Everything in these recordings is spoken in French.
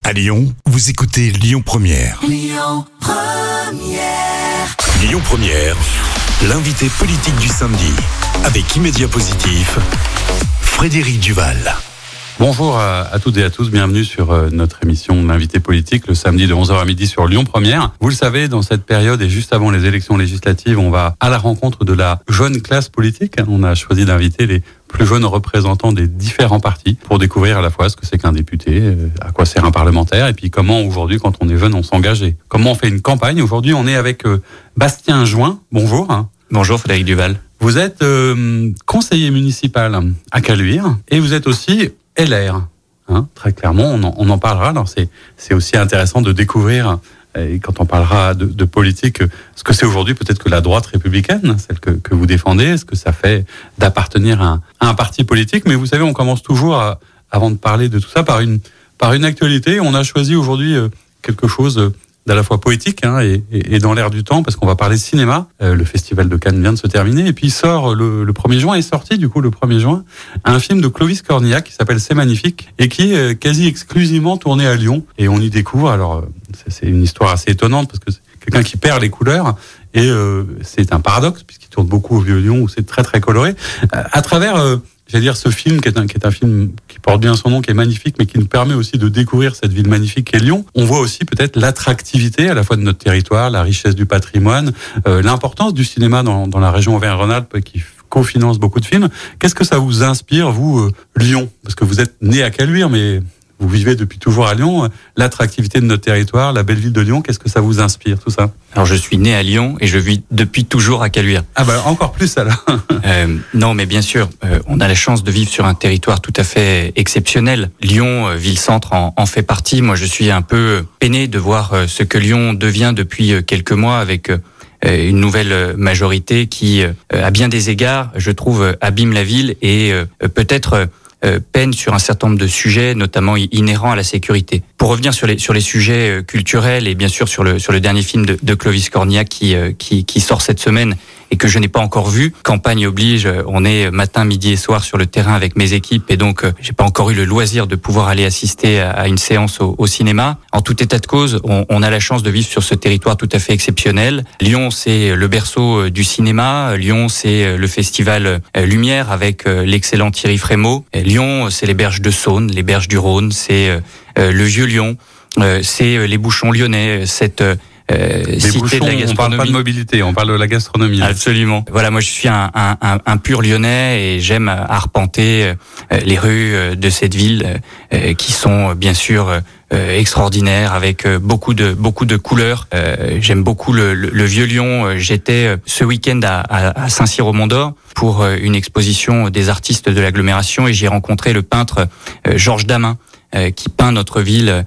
À Lyon, vous écoutez Lyon Première. Lyon Première. Lyon Première, l'invité politique du samedi. Avec Immédiat Positif, Frédéric Duval. Bonjour à toutes et à tous, bienvenue sur notre émission L'invité politique, le samedi de 11h à midi sur Lyon Première. Vous le savez, dans cette période et juste avant les élections législatives, on va à la rencontre de la jeune classe politique. On a choisi d'inviter les plus jeunes représentants des différents partis pour découvrir à la fois ce que c'est qu'un député, à quoi sert un parlementaire, et puis comment aujourd'hui, quand on est jeune, on s'engage et comment on fait une campagne. Aujourd'hui, on est avec Bastien Join. Bonjour. Bonjour Frédéric Duval. Vous êtes conseiller municipal à Caluire et vous êtes aussi LR. Très clairement, on en parlera. Alors c'est aussi intéressant de découvrir, et quand on parlera de politique, ce que c'est aujourd'hui peut-être que la droite républicaine, celle que vous défendez, ce que ça fait d'appartenir à un parti politique. Mais vous savez, on commence toujours, avant de parler de tout ça, par une actualité. On a choisi aujourd'hui quelque chose d'à la fois poétique et dans l'air du temps, parce qu'on va parler cinéma. Le festival de Cannes vient de se terminer, et puis sort le 1er juin, est sorti du coup le 1er juin, un film de Clovis Cornillac qui s'appelle C'est magnifique, et qui est quasi exclusivement tourné à Lyon. Et on y découvre, alors c'est une histoire assez étonnante, parce que c'est quelqu'un qui perd les couleurs, et c'est un paradoxe, puisqu'il tourne beaucoup au Vieux Lyon, où c'est très très coloré, à travers... j'allais dire ce film qui est un film qui porte bien son nom, qui est magnifique, mais qui nous permet aussi de découvrir cette ville magnifique qu'est Lyon. On voit aussi peut-être l'attractivité à la fois de notre territoire, la richesse du patrimoine, l'importance du cinéma dans la région Auvergne-Rhône-Alpes qui cofinance beaucoup de films. Qu'est-ce que ça vous inspire, vous, Lyon? Parce que vous êtes né à Caluire, mais vous vivez depuis toujours à Lyon. L'attractivité de notre territoire, la belle ville de Lyon, qu'est-ce que ça vous inspire, tout ça? Alors je suis né à Lyon et je vis depuis toujours à Caluire. Ah bah encore plus alors. Non mais bien sûr, on a la chance de vivre sur un territoire tout à fait exceptionnel. Lyon, ville-centre, en fait partie. Moi je suis un peu peiné de voir ce que Lyon devient depuis quelques mois avec... une nouvelle majorité qui, à bien des égards, je trouve, abîme la ville et peut-être peine sur un certain nombre de sujets, notamment inhérents à la sécurité. Pour revenir sur les sujets culturels et bien sûr sur le dernier film de Clovis Cornillac qui sort cette semaine et que je n'ai pas encore vu. Campagne oblige, on est matin, midi et soir sur le terrain avec mes équipes et donc j'ai pas encore eu le loisir de pouvoir aller assister à une séance au cinéma. En tout état de cause, on a la chance de vivre sur ce territoire tout à fait exceptionnel. Lyon, c'est le berceau du cinéma. Lyon, c'est le festival Lumière avec l'excellent Thierry Frémaux. Lyon, c'est les berges de Saône, les berges du Rhône, c'est le Vieux Lyon, c'est les bouchons lyonnais, cette les bouchons, on parle pas de mobilité, on parle de la gastronomie. Absolument. Voilà, moi je suis un pur lyonnais et j'aime arpenter les rues de cette ville qui sont bien sûr extraordinaires avec beaucoup de couleurs. J'aime beaucoup le Vieux Lyon. J'étais ce week-end à Saint-Cyr-au-Mont-d'Or pour une exposition des artistes de l'agglomération et j'ai rencontré le peintre Georges Damin qui peint notre ville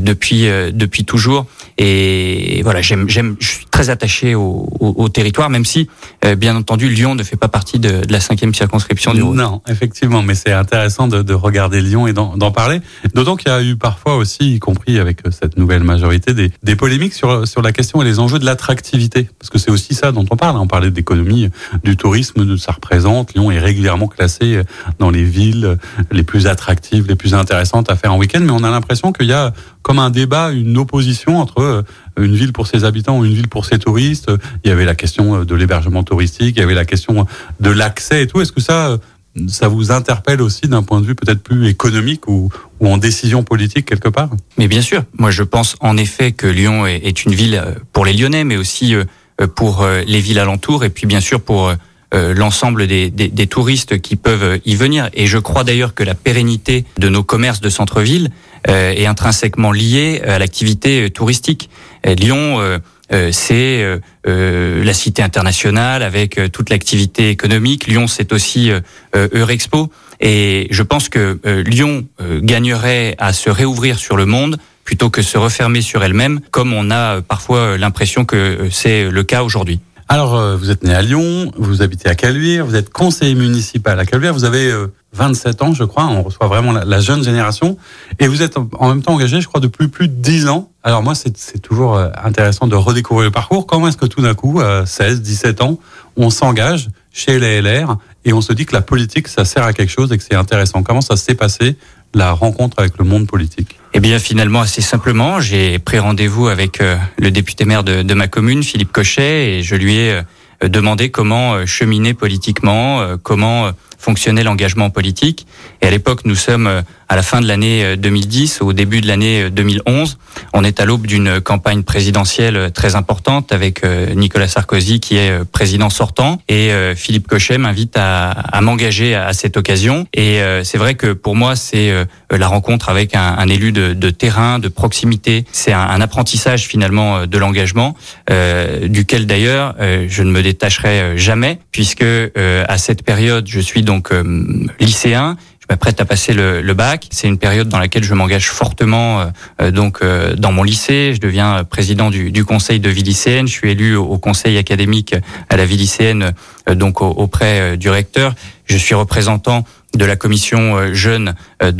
depuis toujours. Et voilà, je suis très attaché au territoire, même si, bien entendu, Lyon ne fait pas partie de la 5e circonscription du Rhône. Non, effectivement, mais c'est intéressant de regarder Lyon et d'en parler. D'autant qu'il y a eu parfois aussi, y compris avec cette nouvelle majorité, des polémiques sur la question et les enjeux de l'attractivité. Parce que c'est aussi ça dont on parle. On parlait d'économie, du tourisme, ça représente. Lyon est régulièrement classé dans les villes les plus attractives, les plus intéressantes à faire en week-end. Mais on a l'impression qu'il y a comme un débat, une opposition entre une ville pour ses habitants ou une ville pour ses touristes. Il y avait la question de l'hébergement touristique, il y avait la question de l'accès et tout. Est-ce que ça vous interpelle aussi d'un point de vue peut-être plus économique ou en décision politique quelque part? Mais bien sûr. Moi, je pense en effet que Lyon est une ville pour les Lyonnais, mais aussi pour les villes alentours et puis bien sûr pour l'ensemble des touristes qui peuvent y venir. Et je crois d'ailleurs que la pérennité de nos commerces de centre-ville est intrinsèquement liée à l'activité touristique. Lyon, c'est la cité internationale avec toute l'activité économique. Lyon, c'est aussi Eurexpo. Et je pense que Lyon gagnerait à se réouvrir sur le monde plutôt que se refermer sur elle-même, comme on a parfois l'impression que c'est le cas aujourd'hui. Alors, vous êtes né à Lyon, vous habitez à Caluire, vous êtes conseiller municipal à Caluire, vous avez 27 ans, je crois, on reçoit vraiment la jeune génération, et vous êtes en même temps engagé, je crois, depuis plus de 10 ans. Alors moi, c'est toujours intéressant de redécouvrir le parcours. Comment est-ce que tout d'un coup, à 16, 17 ans, on s'engage chez les LR et on se dit que la politique, ça sert à quelque chose et que c'est intéressant? Comment ça s'est passé la rencontre avec le monde politique? Eh bien, finalement, assez simplement, j'ai pris rendez-vous avec le député maire de ma commune, Philippe Cochet, et je lui ai demandé comment cheminer politiquement, comment fonctionnait l'engagement politique. Et à l'époque, nous sommes à la fin de l'année 2010, au début de l'année 2011. On est à l'aube d'une campagne présidentielle très importante avec Nicolas Sarkozy qui est président sortant. Et Philippe Cochet m'invite à m'engager à cette occasion. Et c'est vrai que pour moi, c'est la rencontre avec un élu de terrain, de proximité. C'est un apprentissage finalement de l'engagement, duquel d'ailleurs je ne me détacherai jamais, puisque à cette période, je suis donc lycéen. Je m'apprête à passer le bac. C'est une période dans laquelle je m'engage fortement dans mon lycée. Je deviens président du conseil de vie lycéenne. Je suis élu au conseil académique à la vie lycéenne, donc auprès du recteur. Je suis représentant de la commission jeune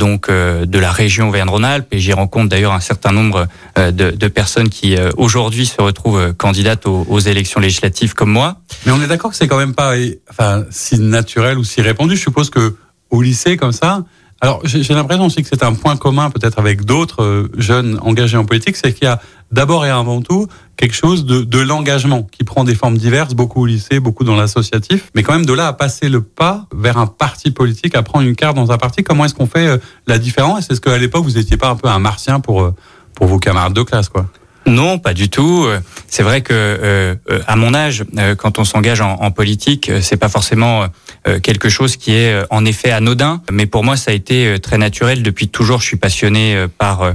de la région Auvergne-Rhône-Alpes, et j'y rencontre d'ailleurs un certain nombre de personnes qui aujourd'hui se retrouvent candidates aux élections législatives comme moi. Mais on est d'accord que c'est quand même pas si naturel ou si répandu. Je suppose que au lycée comme ça, alors j'ai l'impression aussi que c'est un point commun peut-être avec d'autres jeunes engagés en politique, c'est qu'il y a d'abord et avant tout quelque chose de l'engagement qui prend des formes diverses, beaucoup au lycée, beaucoup dans l'associatif, mais quand même de là à passer le pas vers un parti politique, à prendre une carte dans un parti, comment est-ce qu'on fait la différence? Est-ce qu'à l'époque vous n'étiez pas un peu un martien pour vos camarades de classe, quoi? Non, pas du tout. C'est vrai que à mon âge, quand on s'engage en politique, c'est pas forcément quelque chose qui est en effet anodin. Mais pour moi, ça a été très naturel. Depuis toujours, je suis passionné par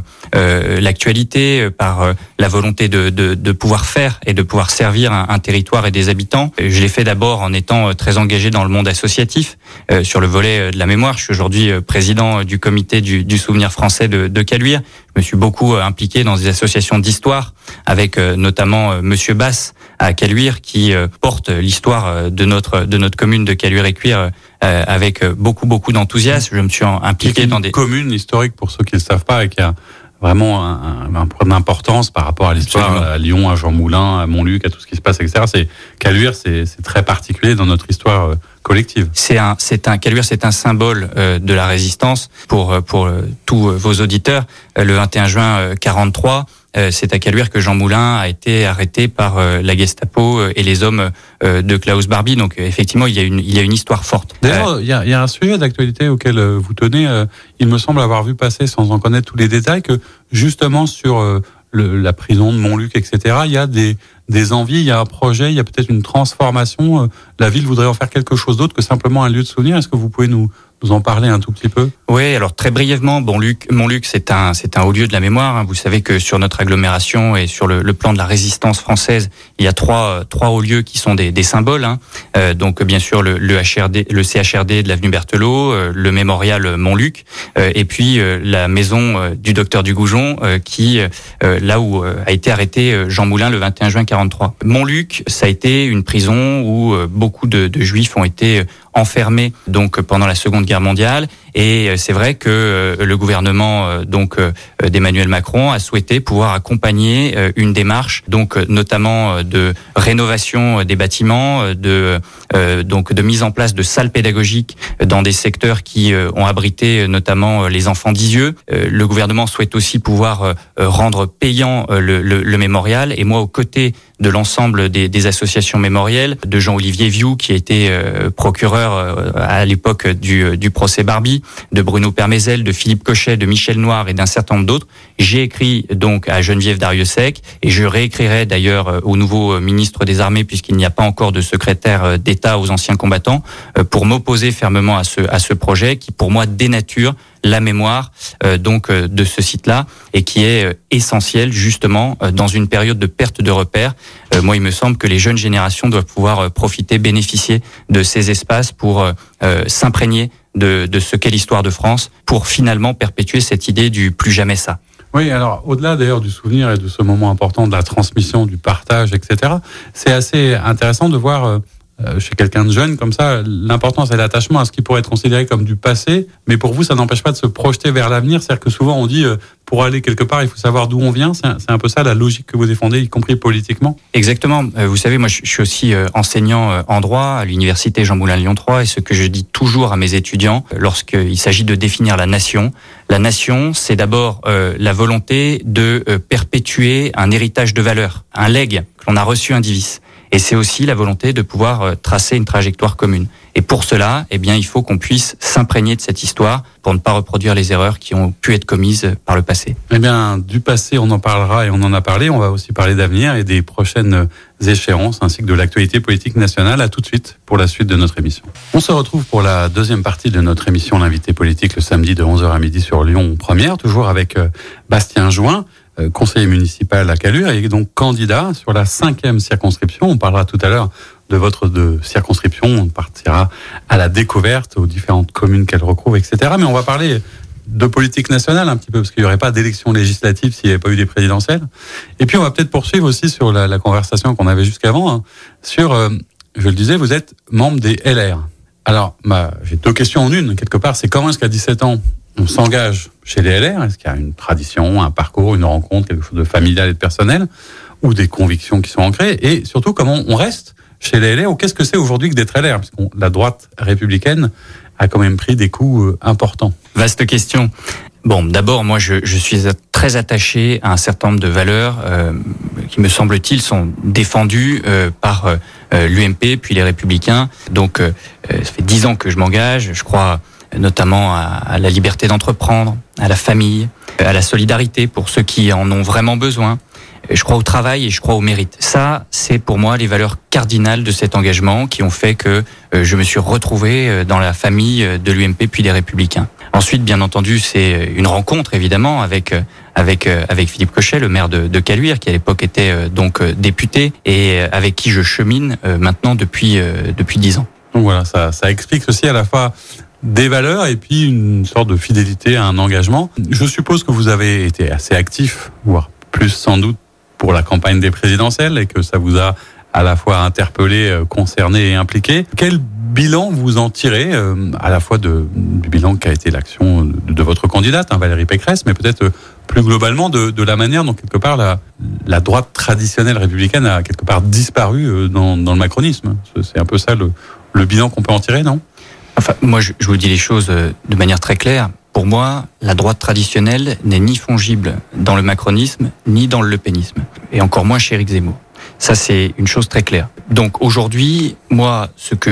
l'actualité, par la volonté de pouvoir faire et de pouvoir servir un territoire et des habitants. Je l'ai fait d'abord en étant très engagé dans le monde associatif, sur le volet de la mémoire. Je suis aujourd'hui président du comité du souvenir français de Caluire. Je me suis beaucoup impliqué dans des associations d'histoire, avec notamment Monsieur Basse à Caluire, qui porte l'histoire de notre commune de Caluire-et-Cuire avec beaucoup d'enthousiasme. Je me suis impliqué dans des communes historiques, pour ceux qui ne le savent pas, et qui a vraiment un point d'importance par rapport à l'histoire. Absolument. À Lyon, à Jean Moulin, à Montluc, à tout ce qui se passe, etc. Caluire, c'est très particulier dans notre histoire collective. Caluire, c'est un symbole de la résistance pour tous vos auditeurs. Le 21 juin 43, c'est à Caluire que Jean Moulin a été arrêté par la Gestapo et les hommes de Klaus Barbie. Donc effectivement, il y a une histoire forte. D'ailleurs, il y a un sujet d'actualité auquel vous tenez. Il me semble avoir vu passer, sans en connaître tous les détails, que justement sur la prison de Montluc, etc., il y a des envies, il y a un projet, il y a peut-être une transformation. La ville voudrait en faire quelque chose d'autre que simplement un lieu de souvenir. Est-ce que vous pouvez nous en parler un tout petit peu? Oui, alors très brièvement, Montluc, c'est un haut lieu de la mémoire. Vous savez que sur notre agglomération et sur le plan de la résistance française, il y a trois hauts lieux qui sont des symboles. Donc bien sûr le CHRD de l'avenue Berthelot, le mémorial Montluc, et puis la maison du docteur Dugoujon, qui là où a été arrêté Jean Moulin le 21 juin 43. Montluc, ça a été une prison où beaucoup de juifs ont été enfermés donc pendant la Seconde Guerre mondiale, et c'est vrai que le gouvernement d'Emmanuel Macron a souhaité pouvoir accompagner une démarche notamment de rénovation des bâtiments, de mise en place de salles pédagogiques dans des secteurs qui ont abrité notamment les enfants d'Isieux. Le gouvernement souhaite aussi pouvoir rendre payant le mémorial, et moi aux côtés de l'ensemble des associations mémorielles, de Jean-Olivier Viou qui a été procureur à l'époque du procès Barbie, de Bruno Permézel, de Philippe Cochet, de Michel Noir et d'un certain nombre d'autres. J'ai écrit donc à Geneviève Darrieussecq, et je réécrirai d'ailleurs au nouveau ministre des Armées, puisqu'il n'y a pas encore de secrétaire d'État aux anciens combattants, pour m'opposer fermement à ce projet qui pour moi dénature la mémoire de ce site-là, et qui est essentiel justement dans une période de perte de repères. Moi, il me semble que les jeunes générations doivent pouvoir bénéficier de ces espaces pour s'imprégner de ce qu'est l'histoire de France, pour finalement perpétuer cette idée du plus jamais ça. Oui, alors au-delà d'ailleurs du souvenir et de ce moment important de la transmission, du partage, etc., c'est assez intéressant de voir chez quelqu'un de jeune comme ça, l'important c'est l'attachement à ce qui pourrait être considéré comme du passé, mais pour vous ça n'empêche pas de se projeter vers l'avenir, c'est-à-dire que souvent on dit pour aller quelque part il faut savoir d'où on vient, c'est un peu ça la logique que vous défendez, y compris politiquement. Exactement, vous savez moi je suis aussi enseignant en droit à l'université Jean Moulin Lyon 3 et ce que je dis toujours à mes étudiants lorsqu'il s'agit de définir la nation c'est d'abord la volonté de perpétuer un héritage de valeurs, un legs que l'on a reçu indivis. Et c'est aussi la volonté de pouvoir tracer une trajectoire commune. Et pour cela, eh bien, il faut qu'on puisse s'imprégner de cette histoire pour ne pas reproduire les erreurs qui ont pu être commises par le passé. Eh bien, du passé, on en parlera et on en a parlé. On va aussi parler d'avenir et des prochaines échéances ainsi que de l'actualité politique nationale. À tout de suite pour la suite de notre émission. On se retrouve pour la deuxième partie de notre émission L'invité politique le samedi de 11h à midi sur Lyon Première, toujours avec Bastien Join, conseiller municipal à Caluire et donc candidat sur la 5e circonscription. On parlera tout à l'heure de votre circonscription. On partira à la découverte aux différentes communes qu'elle recouvre, etc. Mais on va parler de politique nationale un petit peu parce qu'il n'y aurait pas d'élection législative s'il n'y avait pas eu des présidentielles. Et puis on va peut-être poursuivre aussi sur la conversation qu'on avait jusqu'avant sur, je le disais, vous êtes membre des LR. Alors, j'ai deux questions en une, quelque part. C'est comment est-ce qu'à 17 ans, on s'engage chez les LR? Est-ce qu'il y a une tradition, un parcours, une rencontre, quelque chose de familial et de personnel, ou des convictions qui sont ancrées? Et surtout, comment on reste chez les LR, ou qu'est-ce que c'est aujourd'hui que d'être LR? Parce que la droite républicaine a quand même pris des coups importants. Vaste question. Bon, d'abord, moi, je suis très attaché à un certain nombre de valeurs qui, me semble-t-il, sont défendues par l'UMP, puis les Républicains. Donc, ça fait 10 ans que je m'engage. Je crois notamment à la liberté d'entreprendre, à la famille, à la solidarité pour ceux qui en ont vraiment besoin. Je crois au travail et je crois au mérite. Ça, c'est pour moi les valeurs cardinales de cet engagement qui ont fait que je me suis retrouvé dans la famille de l'UMP puis des Républicains. Ensuite, bien entendu, c'est une rencontre évidemment avec Philippe Cochet, le maire de Caluire, qui à l'époque était donc député et avec qui je chemine maintenant depuis 10 ans. Donc voilà, ça explique aussi à la fois des valeurs et puis une sorte de fidélité à un engagement. Je suppose que vous avez été assez actif, voire plus sans doute pour la campagne des présidentielles et que ça vous a à la fois interpellé, concerné et impliqué. Quel bilan vous en tirez, à la fois du bilan qu'a été l'action de votre candidate, Valérie Pécresse, mais peut-être plus globalement de la manière dont quelque part la droite traditionnelle républicaine a quelque part disparu dans le macronisme. C'est un peu ça le bilan qu'on peut en tirer, non? Enfin, moi, je vous dis les choses de manière très claire. Pour moi, la droite traditionnelle n'est ni fongible dans le macronisme, ni dans le lepénisme. Et encore moins chez Éric Zemmour. Ça, c'est une chose très claire. Donc, aujourd'hui, moi, ce que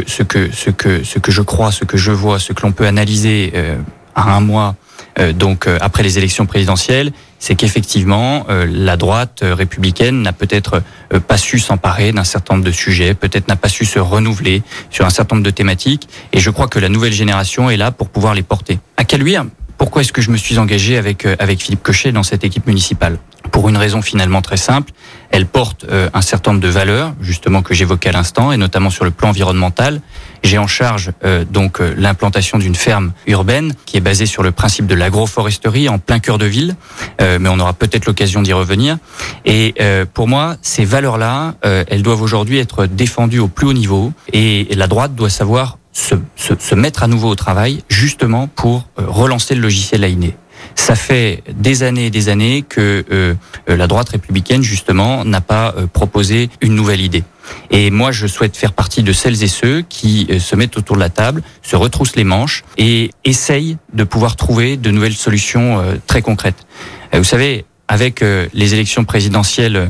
je crois, ce que je vois, ce que l'on peut analyser à un mois, après les élections présidentielles, c'est qu'effectivement, la droite républicaine n'a peut-être pas su s'emparer d'un certain nombre de sujets, peut-être n'a pas su se renouveler sur un certain nombre de thématiques, et je crois que la nouvelle génération est là pour pouvoir les porter. À Caluire, pourquoi est-ce que je me suis engagé avec Philippe Cochet dans cette équipe municipale? Pour une raison finalement très simple, elle porte un certain nombre de valeurs, justement que j'évoquais à l'instant, et notamment sur le plan environnemental. J'ai en charge l'implantation d'une ferme urbaine qui est basée sur le principe de l'agroforesterie en plein cœur de ville, mais on aura peut-être l'occasion d'y revenir. Et pour moi, ces valeurs-là, elles doivent aujourd'hui être défendues au plus haut niveau, et la droite doit savoir se mettre à nouveau au travail, justement pour relancer le logiciel AINE. Ça fait des années et des années que la droite républicaine, justement, n'a pas proposé une nouvelle idée. Et moi, je souhaite faire partie de celles et ceux qui se mettent autour de la table, se retroussent les manches et essayent de pouvoir trouver de nouvelles solutions très concrètes. Vous savez, avec les élections présidentielles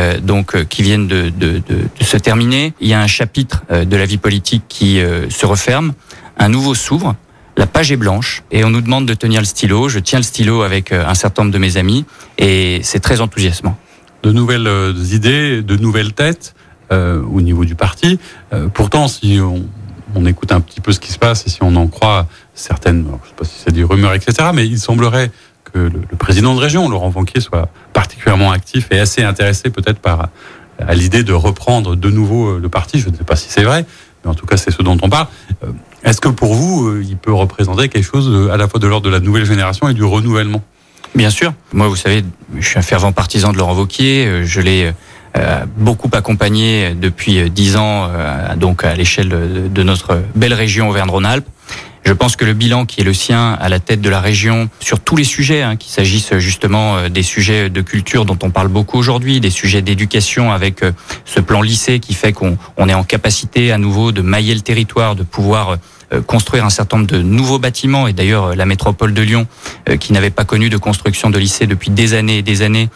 qui viennent de se terminer, il y a un chapitre de la vie politique qui se referme, un nouveau s'ouvre. La page est blanche et on nous demande de tenir le stylo. Je tiens le stylo avec un certain nombre de mes amis et c'est très enthousiasmant. De nouvelles idées, de nouvelles têtes au niveau du parti. Pourtant, si on écoute un petit peu ce qui se passe et si on en croit certaines, je ne sais pas si c'est des rumeurs, etc., mais il semblerait que le président de région, Laurent Wauquiez, soit particulièrement actif et assez intéressé peut-être à l'idée de reprendre de nouveau le parti. Je ne sais pas si c'est vrai, mais en tout cas c'est ce dont on parle. Est-ce que pour vous, il peut représenter quelque chose à la fois de l'ordre de la nouvelle génération et du renouvellement? Bien sûr. Moi, vous savez, je suis un fervent partisan de Laurent Wauquiez. Je l'ai beaucoup accompagné depuis 10 ans, donc à l'échelle de notre belle région Auvergne-Rhône-Alpes. Je pense que le bilan qui est le sien à la tête de la région, sur tous les sujets, qu'il s'agisse justement des sujets de culture dont on parle beaucoup aujourd'hui, des sujets d'éducation avec ce plan lycée qui fait qu'on est en capacité à nouveau de mailler le territoire, de pouvoir construire un certain nombre de nouveaux bâtiments. Et d'ailleurs, la métropole de Lyon, qui n'avait pas connu de construction de lycée depuis des années et des années,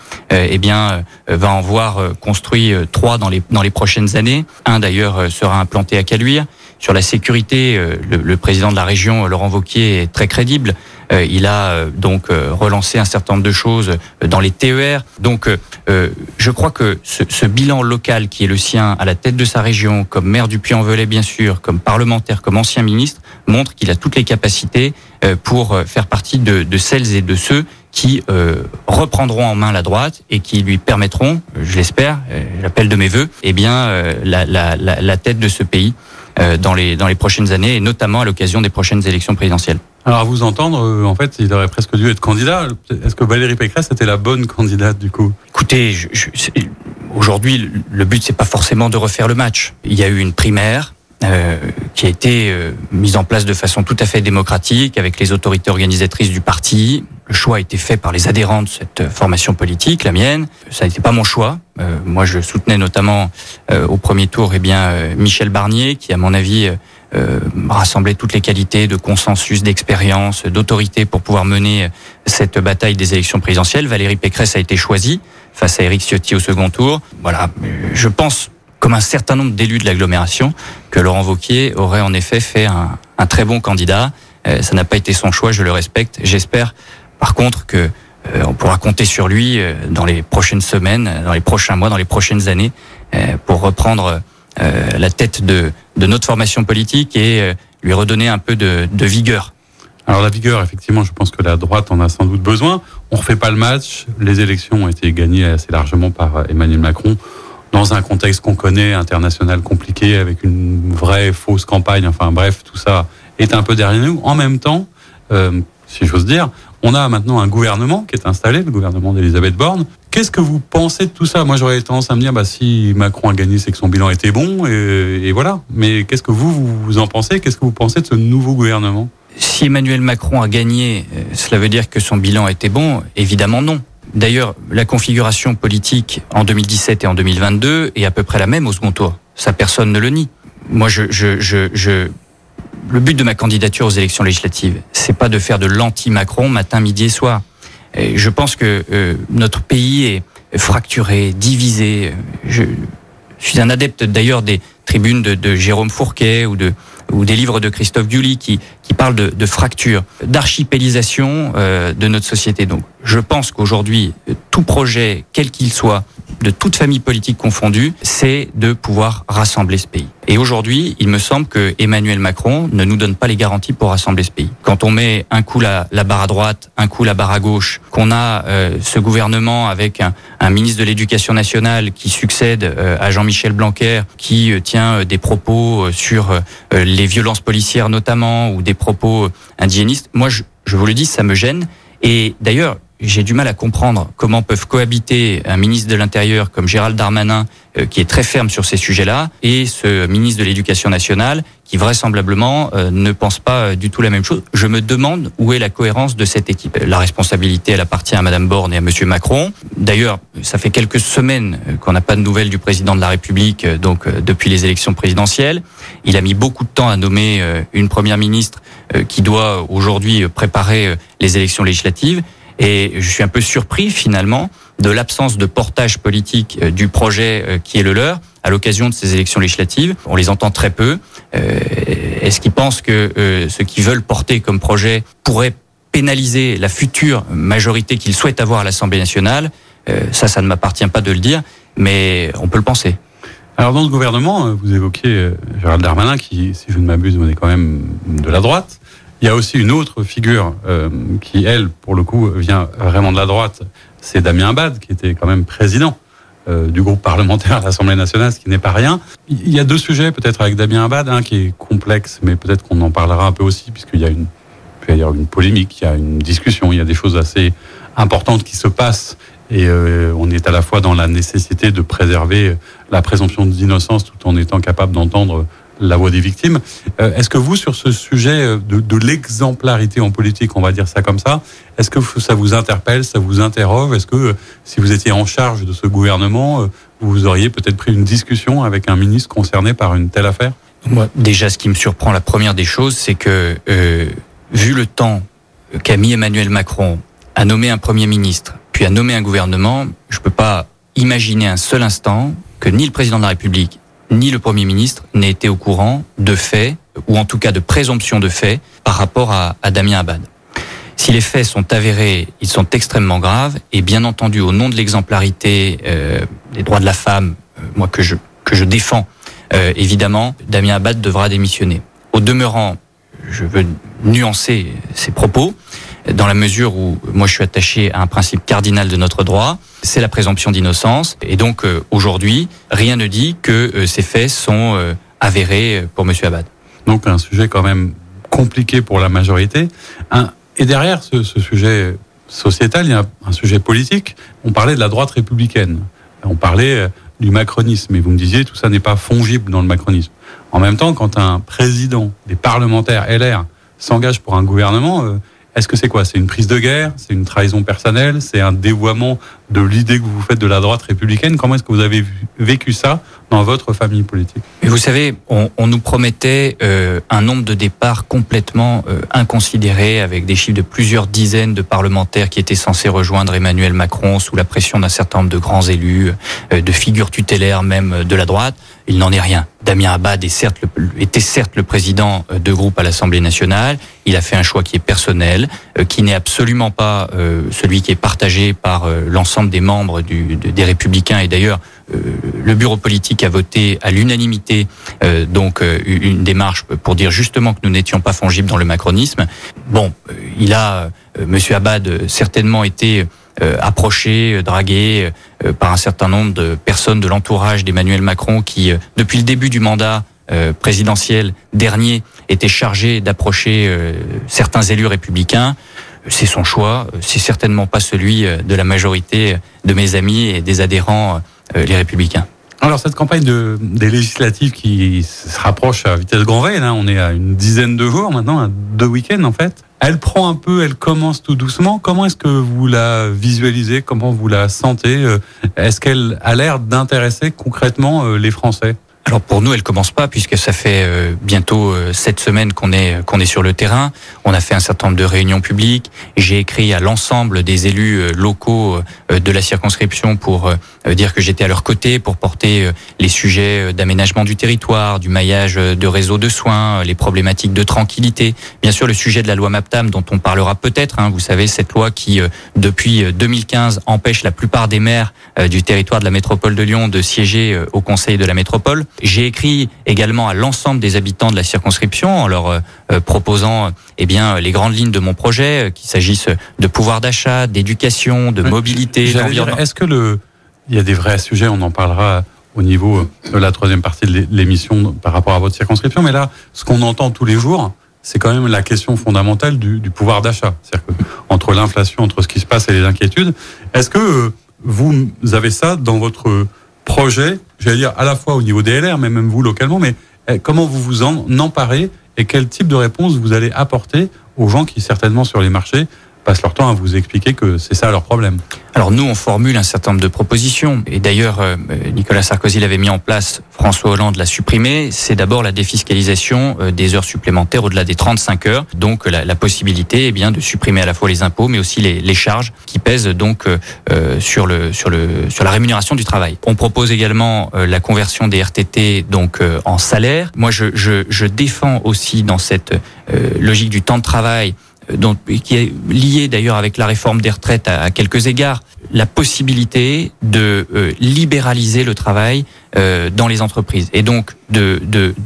va en voir construit 3 dans les prochaines années. Un d'ailleurs sera implanté à Caluire. Sur la sécurité, le président de la région, Laurent Wauquiez, est très crédible. Il a donc relancé un certain nombre de choses dans les TER. Donc, je crois que ce bilan local qui est le sien à la tête de sa région, comme maire du Puy-en-Velay bien sûr, comme parlementaire, comme ancien ministre, montre qu'il a toutes les capacités pour faire partie de celles et de ceux qui reprendront en main la droite et qui lui permettront, je l'espère, j'appelle de mes vœux, la tête de ce pays dans les prochaines années, et notamment à l'occasion des prochaines élections présidentielles. Alors à vous entendre, en fait, il aurait presque dû être candidat. Est-ce que Valérie Pécresse était la bonne candidate du coup ? Écoutez, aujourd'hui, le but c'est pas forcément de refaire le match. Il y a eu une primaire qui a été mise en place de façon tout à fait démocratique avec les autorités organisatrices du parti. Le choix a été fait par les adhérents de cette formation politique, la mienne. Ça n'était pas mon choix. Moi, je soutenais notamment au premier tour, Michel Barnier, qui, à mon avis, rassemblait toutes les qualités de consensus, d'expérience, d'autorité pour pouvoir mener cette bataille des élections présidentielles. Valérie Pécresse a été choisie face à Éric Ciotti au second tour. Voilà, je pense, comme un certain nombre d'élus de l'agglomération, que Laurent Wauquiez aurait en effet fait un très bon candidat. Ça n'a pas été son choix, je le respecte. J'espère, par contre, que on pourra compter sur lui dans les prochaines semaines, dans les prochains mois, dans les prochaines années, pour reprendre la tête de notre formation politique et lui redonner un peu de vigueur. Alors la vigueur, effectivement, je pense que la droite en a sans doute besoin. On refait pas le match. Les élections ont été gagnées assez largement par Emmanuel Macron, dans un contexte qu'on connaît, international compliqué, avec une vraie fausse campagne. Enfin bref, tout ça est un peu derrière nous. En même temps, si j'ose dire, on a maintenant un gouvernement qui est installé, le gouvernement d'Elisabeth Borne. Qu'est-ce que vous pensez de tout ça ? Moi, j'aurais tendance à me dire, si Macron a gagné, c'est que son bilan était bon, et voilà. Mais qu'est-ce que vous en pensez ? Qu'est-ce que vous pensez de ce nouveau gouvernement ? Si Emmanuel Macron a gagné, cela veut dire que son bilan était bon ? Évidemment non. D'ailleurs, la configuration politique en 2017 et en 2022 est à peu près la même au second tour. Ça, personne ne le nie. Moi, le but de ma candidature aux élections législatives, c'est pas de faire de l'anti-Macron matin, midi et soir. Et je pense que notre pays est fracturé, divisé. Je suis un adepte d'ailleurs des tribunes de Jérôme Fourquet ou des livres de Christophe Guilly qui parlent de fracture, d'archipélisation de notre société. Donc, je pense qu'aujourd'hui, tout projet, quel qu'il soit, de toute famille politique confondue, c'est de pouvoir rassembler ce pays. Et aujourd'hui, il me semble que Emmanuel Macron ne nous donne pas les garanties pour rassembler ce pays. Quand on met un coup la barre à droite, un coup la barre à gauche, qu'on a ce gouvernement avec un ministre de l'Éducation nationale qui succède à Jean-Michel Blanquer, qui tient des propos sur les violences policières notamment, ou des propos indigénistes, moi je vous le dis, ça me gêne. Et d'ailleurs, j'ai du mal à comprendre comment peuvent cohabiter un ministre de l'Intérieur comme Gérald Darmanin, qui est très ferme sur ces sujets-là, et ce ministre de l'Éducation nationale qui vraisemblablement ne pense pas du tout la même chose. Je me demande où est la cohérence de cette équipe. La responsabilité, elle appartient à Madame Borne et à Monsieur Macron. D'ailleurs, ça fait quelques semaines qu'on n'a pas de nouvelles du président de la République, donc depuis les élections présidentielles. Il a mis beaucoup de temps à nommer une première ministre qui doit aujourd'hui préparer les élections législatives. Et je suis un peu surpris finalement de l'absence de portage politique du projet qui est le leur à l'occasion de ces élections législatives. On les entend très peu. Est-ce qu'ils pensent que ce qu'ils veulent porter comme projet pourrait pénaliser la future majorité qu'ils souhaitent avoir à l'Assemblée nationale ? Ça ne m'appartient pas de le dire, mais on peut le penser. Alors dans ce gouvernement, vous évoquiez Gérald Darmanin qui, si je ne m'abuse, venait quand même de la droite. Il y a aussi une autre figure qui, elle, pour le coup, vient vraiment de la droite. C'est Damien Abad, qui était quand même président du groupe parlementaire à l'Assemblée nationale, ce qui n'est pas rien. Il y a deux sujets, peut-être, avec Damien Abad, qui est complexe, mais peut-être qu'on en parlera un peu aussi, puisqu'il y a une polémique, il y a une discussion, il y a des choses assez importantes qui se passent et on est à la fois dans la nécessité de préserver la présomption d'innocence tout en étant capable d'entendre la voix des victimes. Est-ce que vous, sur ce sujet de l'exemplarité en politique, on va dire ça comme ça, est-ce que ça vous interpelle, ça vous interroge? Est-ce que si vous étiez en charge de ce gouvernement, vous auriez peut-être pris une discussion avec un ministre concerné par une telle affaire? Moi, déjà, ce qui me surprend, la première des choses, c'est que, vu le temps qu'a mis Emmanuel Macron à nommer un Premier ministre, puis à nommer un gouvernement, je peux pas imaginer un seul instant que ni le Président de la République, ni le Premier ministre n'aient été au courant de faits, ou en tout cas de présomption de faits, par rapport à Damien Abad. Si les faits sont avérés, ils sont extrêmement graves, et bien entendu, au nom de l'exemplarité des droits de la femme, moi que je défends, évidemment, Damien Abad devra démissionner. Au demeurant, je veux nuancer ces propos, dans la mesure où moi je suis attaché à un principe cardinal de notre droit, c'est la présomption d'innocence. Et donc aujourd'hui, rien ne dit que ces faits sont avérés pour M. Abad. Donc un sujet quand même compliqué pour la majorité. Et derrière ce sujet sociétal, il y a un sujet politique. On parlait de la droite républicaine. On parlait du macronisme. Et vous me disiez, tout ça n'est pas fongible dans le macronisme. En même temps, quand un président, des parlementaires LR s'engage pour un gouvernement, est-ce que c'est quoi? C'est une prise de guerre? C'est une trahison personnelle? C'est un dévoiement de l'idée que vous faites de la droite républicaine? Comment est-ce que vous avez vécu ça dans votre famille politique? Et vous savez, on nous promettait un nombre de départs complètement inconsidéré, avec des chiffres de plusieurs dizaines de parlementaires qui étaient censés rejoindre Emmanuel Macron sous la pression d'un certain nombre de grands élus, de figures tutélaires même de la droite. Il n'en est rien. Damien Abad était certes le président de groupe à l'Assemblée nationale. Il a fait un choix qui est personnel, qui n'est absolument pas celui qui est partagé par l'ensemble des membres des Républicains. Et d'ailleurs, le bureau politique a voté à l'unanimité une démarche pour dire justement que nous n'étions pas fongibles dans le macronisme. Bon, Monsieur Abad certainement été approché, dragué par un certain nombre de personnes de l'entourage d'Emmanuel Macron qui, depuis le début du mandat présidentiel dernier, étaient chargés d'approcher certains élus républicains. C'est son choix, c'est certainement pas celui de la majorité de mes amis et des adhérents les Républicains. Alors cette campagne des législatives qui se rapproche à vitesse grand V, là on est à une dizaine de jours maintenant, à 2 week-ends en fait. Elle prend un peu, elle commence tout doucement. Comment est-ce que vous la visualisez? Comment vous la sentez? Est-ce qu'elle a l'air d'intéresser concrètement les Français? Alors pour nous, elle commence pas, puisque ça fait bientôt 7 semaines qu'on est sur le terrain. On a fait un certain nombre de réunions publiques. J'ai écrit à l'ensemble des élus locaux de la circonscription pour dire que j'étais à leur côté, pour porter les sujets d'aménagement du territoire, du maillage de réseaux de soins, les problématiques de tranquillité. Bien sûr, le sujet de la loi MAPTAM, dont on parlera peut-être. Vous savez, cette loi qui, depuis 2015, empêche la plupart des maires du territoire de la métropole de Lyon de siéger au conseil de la métropole. J'ai écrit également à l'ensemble des habitants de la circonscription en leur proposant les grandes lignes de mon projet, qu'il s'agisse de pouvoir d'achat, d'éducation, de mobilité, d'environnement. Est-ce que il y a des vrais sujets, on en parlera au niveau de la troisième partie de l'émission par rapport à votre circonscription, mais là, ce qu'on entend tous les jours, c'est quand même la question fondamentale du pouvoir d'achat. C'est-à-dire que entre l'inflation, entre ce qui se passe et les inquiétudes, est-ce que vous avez ça dans votre projet, j'allais dire à la fois au niveau des LR, mais même vous localement, mais comment vous vous en emparez et quel type de réponse vous allez apporter aux gens qui certainement sur les marchés passent leur temps à vous expliquer que c'est ça leur problème? Alors nous, on formule un certain nombre de propositions. Et d'ailleurs, Nicolas Sarkozy l'avait mis en place, François Hollande l'a supprimé. C'est d'abord la défiscalisation des heures supplémentaires au-delà des 35 heures. Donc la possibilité de supprimer à la fois les impôts, mais aussi les charges qui pèsent donc sur la rémunération du travail. On propose également la conversion des RTT donc en salaire. Moi, je défends aussi dans cette logique du temps de travail, qui est lié d'ailleurs avec la réforme des retraites à quelques égards, la possibilité de libéraliser le travail dans les entreprises. Et donc de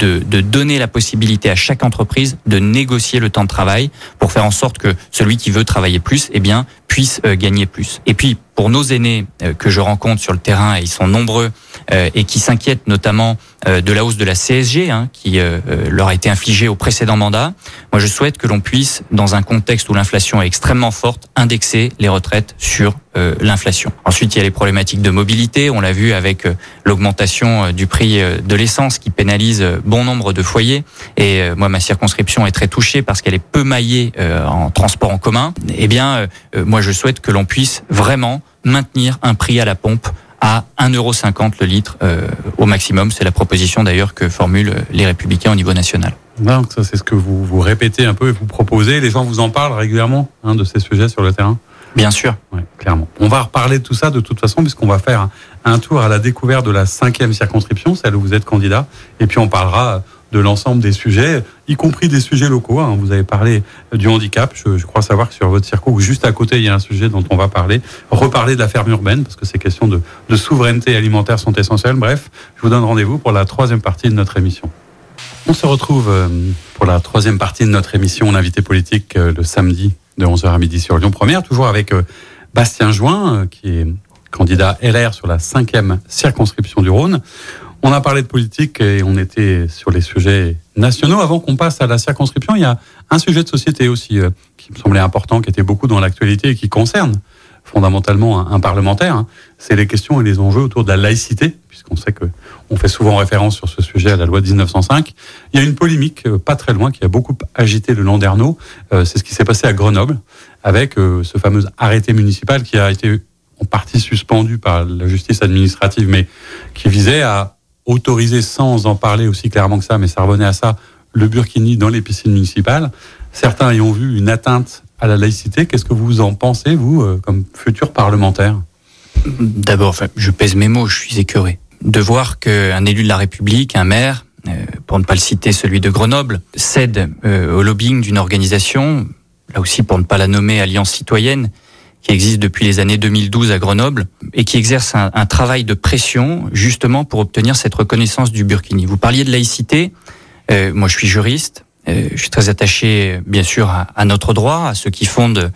donner la possibilité à chaque entreprise de négocier le temps de travail pour faire en sorte que celui qui veut travailler plus, eh bien, puisse gagner plus. Et puis, pour nos aînés que je rencontre sur le terrain, et ils sont nombreux, et qui s'inquiètent notamment de la hausse de la CSG qui leur a été infligée au précédent mandat, moi je souhaite que l'on puisse, dans un contexte où l'inflation est extrêmement forte, indexer les retraites sur l'inflation. Ensuite, il y a les problématiques de mobilité. On l'a vu avec l'augmentation du prix de l'essence qui pénalise bon nombre de foyers. Et moi, ma circonscription est très touchée parce qu'elle est peu maillée en transport en commun. Eh bien, moi, je souhaite que l'on puisse vraiment maintenir un prix à la pompe à 1,50 € le litre au maximum. C'est la proposition d'ailleurs que formulent les Républicains au niveau national. Donc ça, c'est ce que vous répétez un peu et vous proposez. Les gens vous en parlent régulièrement de ces sujets sur le terrain? Bien sûr. Ouais, clairement. On va reparler de tout ça de toute façon, puisqu'on va faire un tour à la découverte de la 5e circonscription, celle où vous êtes candidat. Et puis on parlera de l'ensemble des sujets, y compris des sujets locaux. Vous avez parlé du handicap. Je crois savoir que sur votre circo, ou juste à côté, il y a un sujet dont on va parler. Reparler de la ferme urbaine, parce que ces questions de souveraineté alimentaire sont essentielles. Bref, je vous donne rendez-vous pour la 3e partie de notre émission. On se retrouve pour la 3e partie de notre émission, l'invité politique, le samedi de 11h à midi sur Lyon Première, toujours avec Bastien Join, qui est candidat LR sur la 5e circonscription du Rhône. On a parlé de politique et on était sur les sujets nationaux. Avant qu'on passe à la circonscription, il y a un sujet de société aussi qui me semblait important, qui était beaucoup dans l'actualité et qui concerne fondamentalement un parlementaire. C'est les questions et les enjeux autour de la laïcité, puisqu'on sait qu'on fait souvent référence sur ce sujet à la loi de 1905. Il y a une polémique pas très loin qui a beaucoup agité le Landerneau. C'est ce qui s'est passé à Grenoble avec ce fameux arrêté municipal qui a été en partie suspendu par la justice administrative, mais qui visait à autoriser, sans en parler aussi clairement que ça, mais ça revenait à ça, le burkini dans les piscines municipales. Certains y ont vu une atteinte à la laïcité. Qu'est-ce que vous en pensez, vous, comme futur parlementaire? D'abord, je pèse mes mots, je suis écœuré. De voir qu'un élu de la République, un maire, pour ne pas le citer, celui de Grenoble, cède au lobbying d'une organisation, là aussi pour ne pas la nommer Alliance Citoyenne, qui existe depuis les années 2012 à Grenoble, et qui exerce un travail de pression, justement pour obtenir cette reconnaissance du burkini. Vous parliez de laïcité, moi je suis juriste, je suis très attaché, bien sûr, à notre droit, à ce qui fonde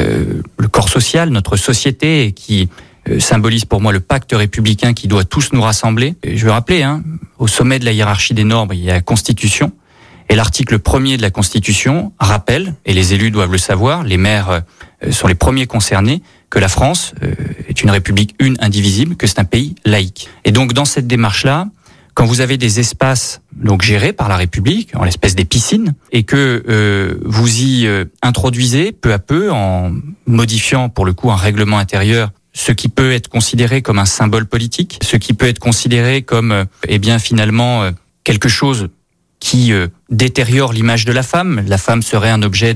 le corps social, notre société, et qui symbolise pour moi le pacte républicain qui doit tous nous rassembler. Je veux rappeler, au sommet de la hiérarchie des normes, il y a la Constitution, et l'article 1er de la Constitution rappelle, et les élus doivent le savoir, les maires sont les premiers concernés, que la France est une république une, indivisible, que c'est un pays laïque. Et donc dans cette démarche-là, quand vous avez des espaces donc gérés par la République, en l'espèce des piscines, et que vous y introduisez peu à peu, en modifiant pour le coup un règlement intérieur, ce qui peut être considéré comme un symbole politique, ce qui peut être considéré comme finalement quelque chose qui détériore l'image de la femme. La femme serait un objet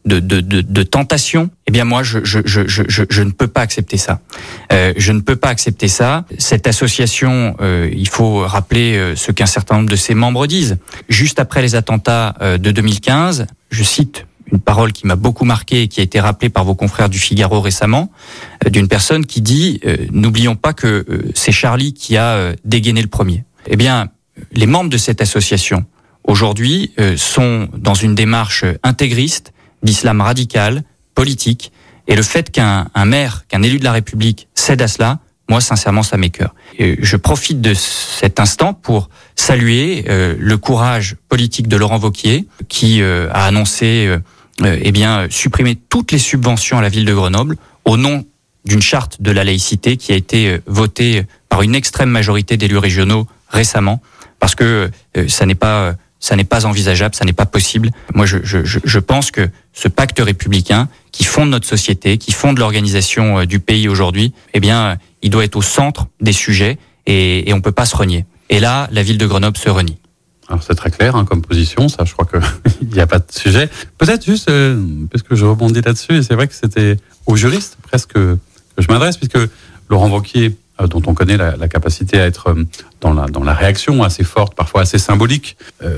de tentation. Eh bien moi, je ne peux pas accepter ça. Je ne peux pas accepter ça. Cette association, il faut rappeler ce qu'un certain nombre de ses membres disent. Juste après les attentats de 2015, je cite une parole qui m'a beaucoup marqué et qui a été rappelée par vos confrères du Figaro récemment, d'une personne qui dit n'oublions pas que c'est Charlie qui a dégainé le premier. Eh bien, les membres de cette association aujourd'hui sont dans une démarche intégriste, d'islam radical, politique, et le fait qu'un maire, qu'un élu de la République cède à cela, moi sincèrement ça m'écœure. Je profite de cet instant pour saluer le courage politique de Laurent Wauquiez qui a annoncé supprimer toutes les subventions à la ville de Grenoble au nom d'une charte de la laïcité qui a été votée par une extrême majorité d'élus régionaux récemment, parce que ça n'est pas envisageable, ça n'est pas possible. Moi, je pense que ce pacte républicain qui fonde notre société, qui fonde l'organisation du pays aujourd'hui, il doit être au centre des sujets et on peut pas se renier. Et là, la ville de Grenoble se renie. Alors c'est très clair comme position, ça je crois qu'il n'y a pas de sujet. Peut-être juste, parce que je rebondis là-dessus, et c'est vrai que c'était aux juristes presque que je m'adresse, puisque Laurent Wauquiez, dont on connaît la capacité à être dans la réaction assez forte, parfois assez symbolique,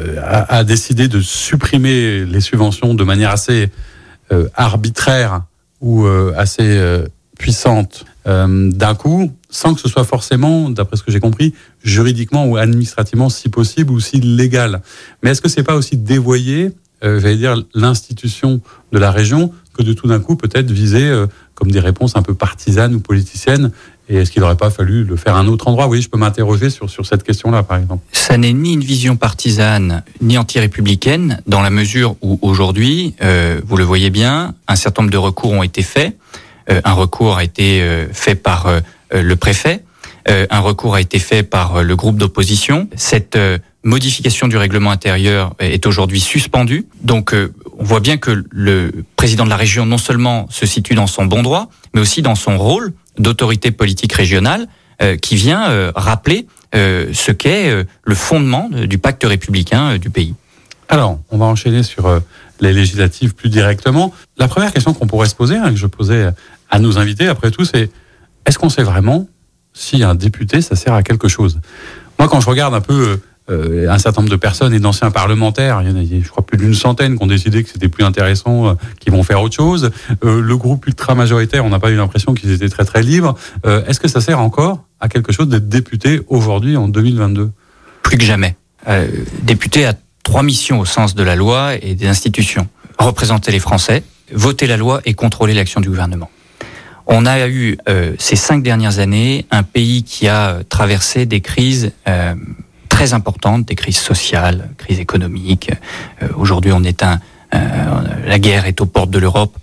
a décidé de supprimer les subventions de manière assez arbitraire ou assez puissante d'un coup, sans que ce soit forcément, d'après ce que j'ai compris, juridiquement ou administrativement, si possible, ou si légal. Mais est-ce que c'est pas aussi dévoyer, l'institution de la région, que de tout d'un coup peut-être viser comme des réponses un peu partisanes ou politiciennes? Et est-ce qu'il n'aurait pas fallu le faire à un autre endroit? Oui, je peux m'interroger sur cette question-là, par exemple. Ça n'est ni une vision partisane, ni anti-républicaine, dans la mesure où aujourd'hui, vous le voyez bien, un certain nombre de recours ont été faits. Un recours a été fait par le préfet. Un recours a été fait par le groupe d'opposition. Cette modification du règlement intérieur est aujourd'hui suspendue. Donc, on voit bien que le président de la région, non seulement se situe dans son bon droit, mais aussi dans son rôle d'autorité politique régionale, qui vient rappeler ce qu'est le fondement du pacte républicain du pays. Alors, on va enchaîner sur les législatives plus directement. La première question qu'on pourrait se poser, que je posais à nos invités, après tout, c'est est-ce qu'on sait vraiment si un député, ça sert à quelque chose? Moi, quand je regarde un peu un certain nombre de personnes et d'anciens parlementaires, il y en a, je crois, plus d'une centaine qui ont décidé que c'était plus intéressant, qui vont faire autre chose. Le groupe ultra-majoritaire, on n'a pas eu l'impression qu'ils étaient très très libres. Est-ce que ça sert encore à quelque chose d'être député aujourd'hui, en 2022? Plus que jamais. Député a 3 missions au sens de la loi et des institutions. Représenter les Français, voter la loi et contrôler l'action du gouvernement. On a eu, ces 5 dernières années, un pays qui a traversé des crises très importantes, des crises sociales, crises économiques. Aujourd'hui, on est la guerre est aux portes de l'Europe.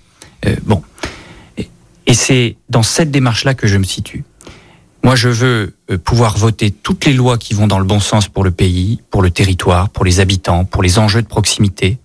Et c'est dans cette démarche-là que je me situe. Moi, je veux pouvoir voter toutes les lois qui vont dans le bon sens pour le pays, pour le territoire, pour les habitants, pour les enjeux de proximité,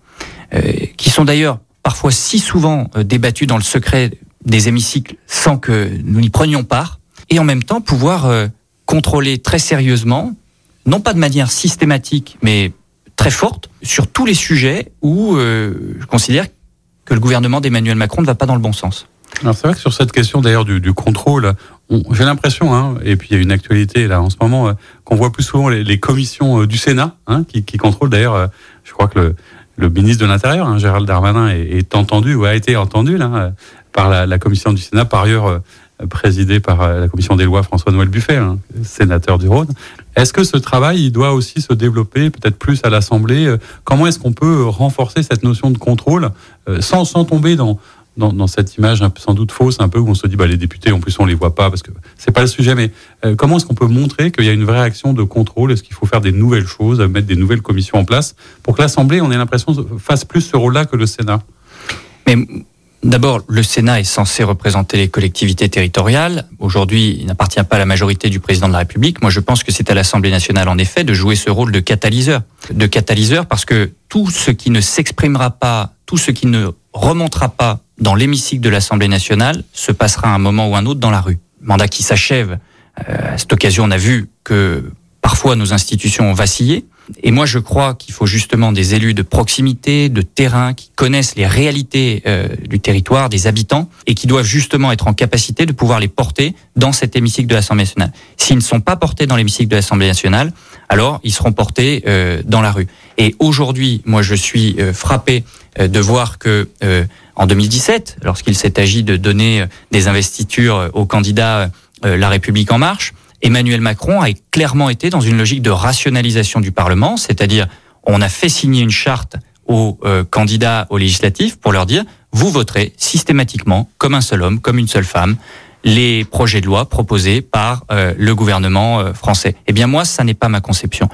qui sont d'ailleurs parfois si souvent débattus dans le secret des hémicycles sans que nous n'y prenions part, et en même temps pouvoir contrôler très sérieusement, non pas de manière systématique, mais très forte, sur tous les sujets où je considère que le gouvernement d'Emmanuel Macron ne va pas dans le bon sens. Alors c'est vrai que sur cette question d'ailleurs du contrôle, j'ai l'impression, et puis il y a une actualité là en ce moment, qu'on voit plus souvent les commissions du Sénat qui contrôlent d'ailleurs, je crois que le ministre de l'Intérieur, Gérald Darmanin, est entendu ou a été entendu là, par la commission du Sénat, par ailleurs présidée par la commission des lois François-Noël Buffet, sénateur du Rhône. Est-ce que ce travail il doit aussi se développer peut-être plus à l'Assemblée? Comment est-ce qu'on peut renforcer cette notion de contrôle sans tomber dans cette image sans doute fausse un peu où on se dit les députés en plus on les voit pas parce que c'est pas le sujet, mais comment est-ce qu'on peut montrer qu'il y a une vraie action de contrôle? Est-ce qu'il faut faire des nouvelles choses, mettre des nouvelles commissions en place pour que l'Assemblée, on ait l'impression, fasse plus ce rôle-là que le Sénat? Mais d'abord, le Sénat est censé représenter les collectivités territoriales. Aujourd'hui, il n'appartient pas à la majorité du président de la République. Moi, je pense que c'est à l'Assemblée nationale, en effet, de jouer ce rôle de catalyseur. De catalyseur parce que tout ce qui ne s'exprimera pas, tout ce qui ne remontera pas dans l'hémicycle de l'Assemblée nationale se passera à un moment ou un autre dans la rue. Mandat qui s'achève. À cette occasion, on a vu que parfois nos institutions ont vacillé. Et moi, je crois qu'il faut justement des élus de proximité, de terrain, qui connaissent les réalités du territoire, des habitants, et qui doivent justement être en capacité de pouvoir les porter dans cet hémicycle de l'Assemblée nationale. S'ils ne sont pas portés dans l'hémicycle de l'Assemblée nationale, alors ils seront portés dans la rue. Et aujourd'hui, moi, je suis frappé de voir que en 2017, lorsqu'il s'est agi de donner des investitures aux candidats La République En Marche, Emmanuel Macron a clairement été dans une logique de rationalisation du Parlement, c'est-à-dire on a fait signer une charte aux candidats aux législatives pour leur dire vous voterez systématiquement, comme un seul homme, comme une seule femme, les projets de loi proposés par le gouvernement français. Eh bien moi, ça n'est pas ma conception.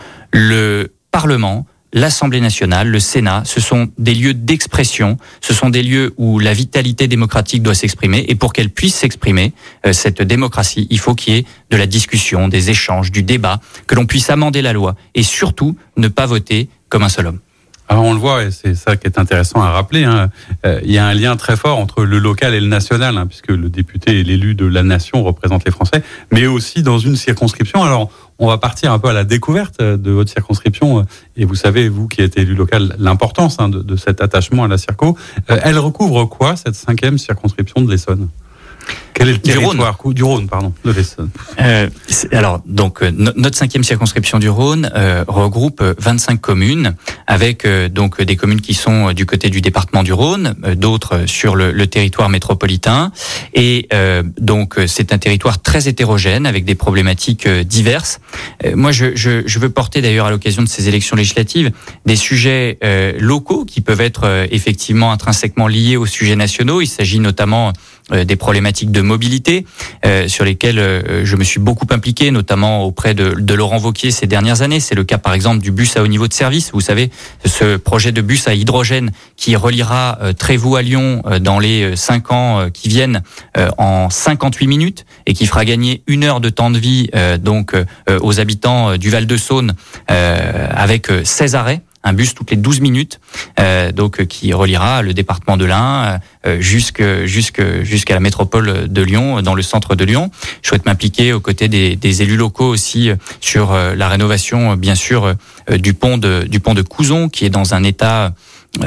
Le Parlement, l'Assemblée nationale, le Sénat, ce sont des lieux d'expression, ce sont des lieux où la vitalité démocratique doit s'exprimer, et pour qu'elle puisse s'exprimer, cette démocratie, il faut qu'il y ait de la discussion, des échanges, du débat, que l'on puisse amender la loi, et surtout ne pas voter comme un seul homme. Alors on le voit, et c'est ça qui est intéressant à rappeler, il y a un lien très fort entre le local et le national, puisque le député est l'élu de la nation, représente les Français, mais aussi dans une circonscription. Alors on va partir un peu à la découverte de votre circonscription, et vous savez, vous qui êtes élu local, l'importance de cet attachement à la circo. Elle recouvre quoi, cette 5e circonscription de l'Essonne ? Quel est le territoire du Rhône, pardon, de l'Essonne. Alors, donc, notre 5e circonscription du Rhône regroupe 25 communes, avec donc des communes qui sont du côté du département du Rhône, d'autres sur le territoire métropolitain. Et donc, c'est un territoire très hétérogène, avec des problématiques diverses. Moi, je veux porter d'ailleurs à l'occasion de ces élections législatives des sujets locaux qui peuvent être effectivement intrinsèquement liés aux sujets nationaux. Il s'agit notamment des problématiques de mobilité sur lesquelles je me suis beaucoup impliqué, notamment auprès de Laurent Wauquiez ces dernières années. C'est le cas par exemple du bus à haut niveau de service. Vous savez, ce projet de bus à hydrogène qui reliera Trévoux à Lyon dans les 5 ans qui viennent en 58 minutes et qui fera gagner 1 heure de temps de vie donc aux habitants du Val-de-Saône avec 16 arrêts. Un bus toutes les 12 minutes, donc qui reliera le département de l'Ain jusqu'à la métropole de Lyon, dans le centre de Lyon. Je souhaite m'impliquer aux côtés des élus locaux aussi sur la rénovation, bien sûr, du pont de Couzon, qui est dans un état qui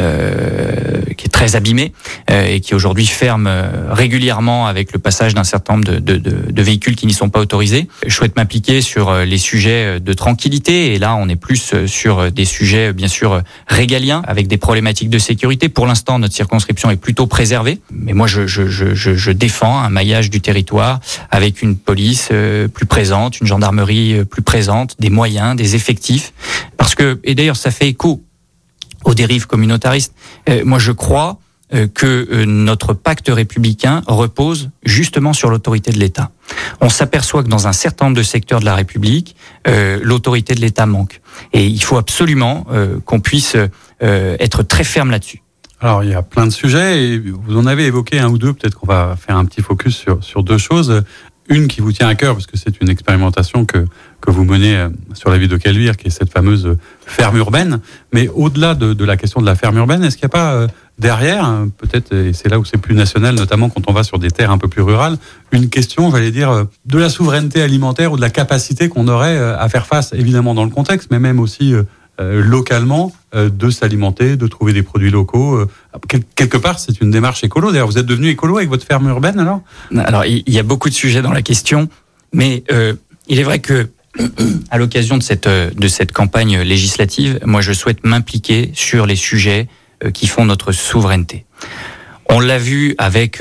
est très abîmé et qui aujourd'hui ferme régulièrement avec le passage d'un certain nombre de véhicules qui n'y sont pas autorisés. Je souhaite m'impliquer sur les sujets de tranquillité et là on est plus sur des sujets bien sûr régaliens avec des problématiques de sécurité. Pour l'instant notre circonscription est plutôt préservée, mais moi je défends un maillage du territoire avec une police plus présente, une gendarmerie plus présente, des moyens, des effectifs, parce que, et d'ailleurs ça fait écho aux dérives communautaristes. Moi, je crois que notre pacte républicain repose justement sur l'autorité de l'État. On s'aperçoit que dans un certain nombre de secteurs de la République, l'autorité de l'État manque. Et il faut absolument qu'on puisse être très ferme là-dessus. Alors, il y a plein de sujets, et vous en avez évoqué un ou deux, peut-être qu'on va faire un petit focus sur deux choses. Une qui vous tient à cœur, parce que c'est une expérimentation que vous menez sur la ville de Caluire, qui est cette fameuse ferme urbaine. Mais au-delà de la question de la ferme urbaine, est-ce qu'il n'y a pas derrière, peut-être, et c'est là où c'est plus national, notamment quand on va sur des terres un peu plus rurales, une question, j'allais dire, de la souveraineté alimentaire ou de la capacité qu'on aurait à faire face, évidemment dans le contexte, mais même aussi localement, de s'alimenter, de trouver des produits locaux. Quelque part, c'est une démarche écolo. D'ailleurs, vous êtes devenu écolo avec votre ferme urbaine, alors ? Alors, il y a beaucoup de sujets dans la question, mais il est vrai que à l'occasion de cette campagne législative, moi, je souhaite m'impliquer sur les sujets qui font notre souveraineté. On l'a vu avec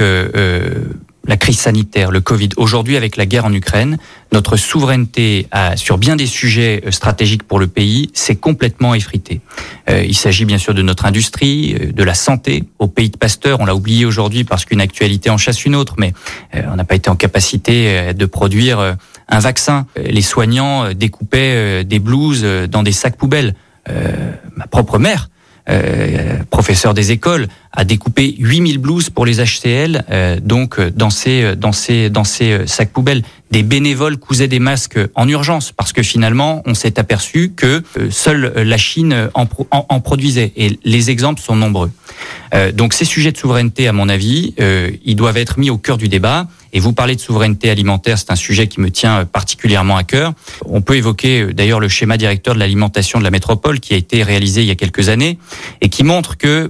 la crise sanitaire, le Covid. Aujourd'hui, avec la guerre en Ukraine, notre souveraineté sur bien des sujets stratégiques pour le pays s'est complètement effritée. Il s'agit bien sûr de notre industrie, de la santé. Au pays de Pasteur, on l'a oublié aujourd'hui parce qu'une actualité en chasse une autre, mais on n'a pas été en capacité de produire un vaccin. Les soignants découpaient des blouses dans des sacs poubelles. Ma propre mère, professeur des écoles, a découpé 8000 blouses pour les HCL, donc dans ces sacs poubelles. Des bénévoles cousaient des masques en urgence parce que finalement on s'est aperçu que seule la Chine en produisait, et les exemples sont nombreux. Donc ces sujets de souveraineté, à mon avis, ils doivent être mis au cœur du débat. Et vous parlez de souveraineté alimentaire, c'est un sujet qui me tient particulièrement à cœur. On peut évoquer d'ailleurs le schéma directeur de l'alimentation de la métropole qui a été réalisé il y a quelques années et qui montre que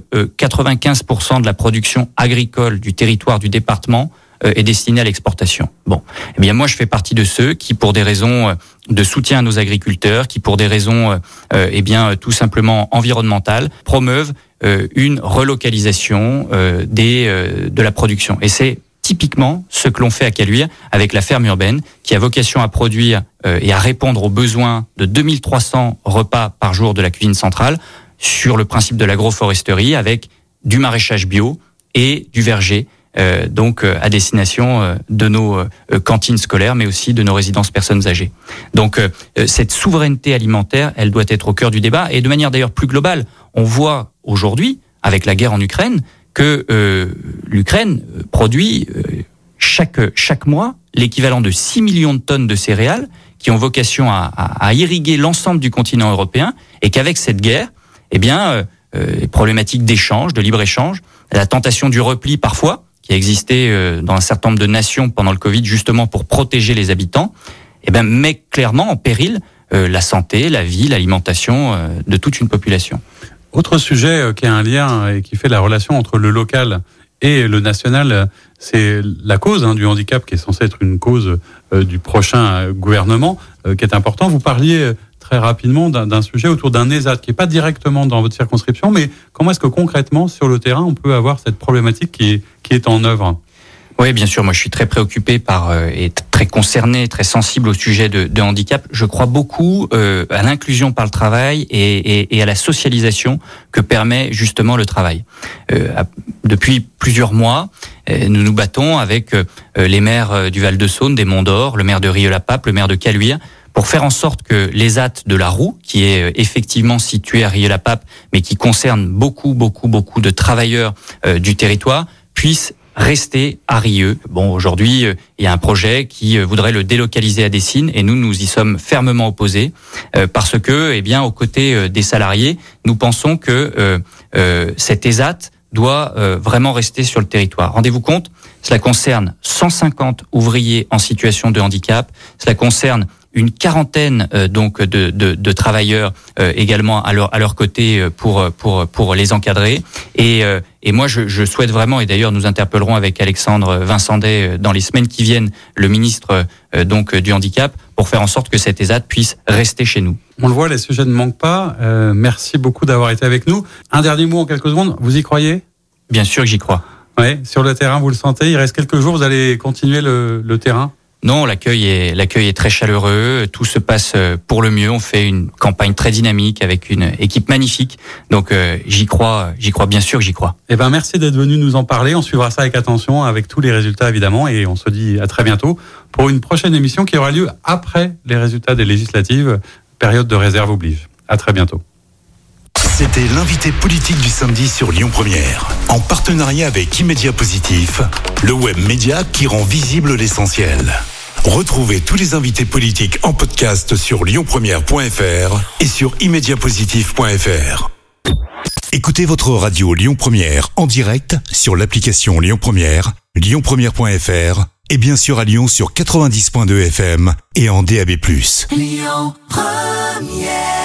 95% de la production agricole du territoire du département est destinée à l'exportation. Bon, eh bien moi je fais partie de ceux qui, pour des raisons de soutien à nos agriculteurs, qui pour des raisons tout simplement environnementales, promeuvent une relocalisation de la production. Et c'est typiquement ce que l'on fait à Caluire avec la ferme urbaine qui a vocation à produire et à répondre aux besoins de 2300 repas par jour de la cuisine centrale sur le principe de l'agroforesterie avec du maraîchage bio et du verger, donc à destination de nos cantines scolaires mais aussi de nos résidences personnes âgées. Donc cette souveraineté alimentaire, elle doit être au cœur du débat, et de manière d'ailleurs plus globale, on voit aujourd'hui avec la guerre en Ukraine que l'Ukraine produit chaque mois l'équivalent de 6 millions de tonnes de céréales qui ont vocation à irriguer l'ensemble du continent européen, et qu'avec cette guerre, les problématiques d'échange, de libre-échange, la tentation du repli parfois, qui a existé dans un certain nombre de nations pendant le Covid justement pour protéger les habitants, met clairement en péril la santé, la vie, l'alimentation de toute une population. Autre sujet qui a un lien et qui fait la relation entre le local Et le national, c'est la cause du handicap qui est censée être une cause du prochain gouvernement, qui est important. Vous parliez très rapidement d'un sujet autour d'un ESAT qui n'est pas directement dans votre circonscription, mais comment est-ce que concrètement, sur le terrain, on peut avoir cette problématique qui est en œuvre ? Oui, bien sûr. Moi, je suis très préoccupé et très concerné, très sensible au sujet de handicap. Je crois beaucoup à l'inclusion par le travail et à la socialisation que permet justement le travail. Depuis plusieurs mois, nous nous battons avec les maires du Val-de-Saône, des Monts-d'Or, le maire de Rieux-la-Pape, le maire de Caluire, pour faire en sorte que l'ESAT de la Roue, qui est effectivement situé à Rieux-la-Pape, mais qui concerne beaucoup de travailleurs du territoire, puisse rester à Rieux. Bon, aujourd'hui, il y a un projet qui voudrait le délocaliser à Dessines et nous y sommes fermement opposés parce que, aux côtés des salariés, nous pensons que cet ESAT doit vraiment rester sur le territoire. Rendez-vous compte, cela concerne 150 ouvriers en situation de handicap, cela concerne une quarantaine de travailleurs également à leur côté pour les encadrer et moi je souhaite vraiment, et d'ailleurs nous interpellerons avec Alexandre Vincendet dans les semaines qui viennent le ministre du handicap pour faire en sorte que cet ESAT puisse rester chez nous. On le voit, les sujets ne manquent pas. Merci beaucoup d'avoir été avec nous. Un dernier mot en quelques secondes, vous y croyez ? Bien sûr que j'y crois. Oui, sur le terrain, vous le sentez, il reste quelques jours, vous allez continuer le terrain ? Non, l'accueil est très chaleureux, tout se passe pour le mieux, on fait une campagne très dynamique avec une équipe magnifique. Donc j'y crois, bien sûr que j'y crois. Eh ben merci d'être venu nous en parler, on suivra ça avec attention, avec tous les résultats évidemment, et on se dit à très bientôt pour une prochaine émission qui aura lieu après les résultats des législatives, période de réserve oblige. À très bientôt. C'était l'invité politique du samedi sur Lyon Première, en partenariat avec Immédiat Positif, le web média qui rend visible l'essentiel. Retrouvez tous les invités politiques en podcast sur lyonpremière.fr et sur immédiapositif.fr. Écoutez votre radio Lyon Première en direct sur l'application Lyon Première, lyonpremière.fr et bien sûr à Lyon sur 90.2 FM et en DAB+. Lyon Première.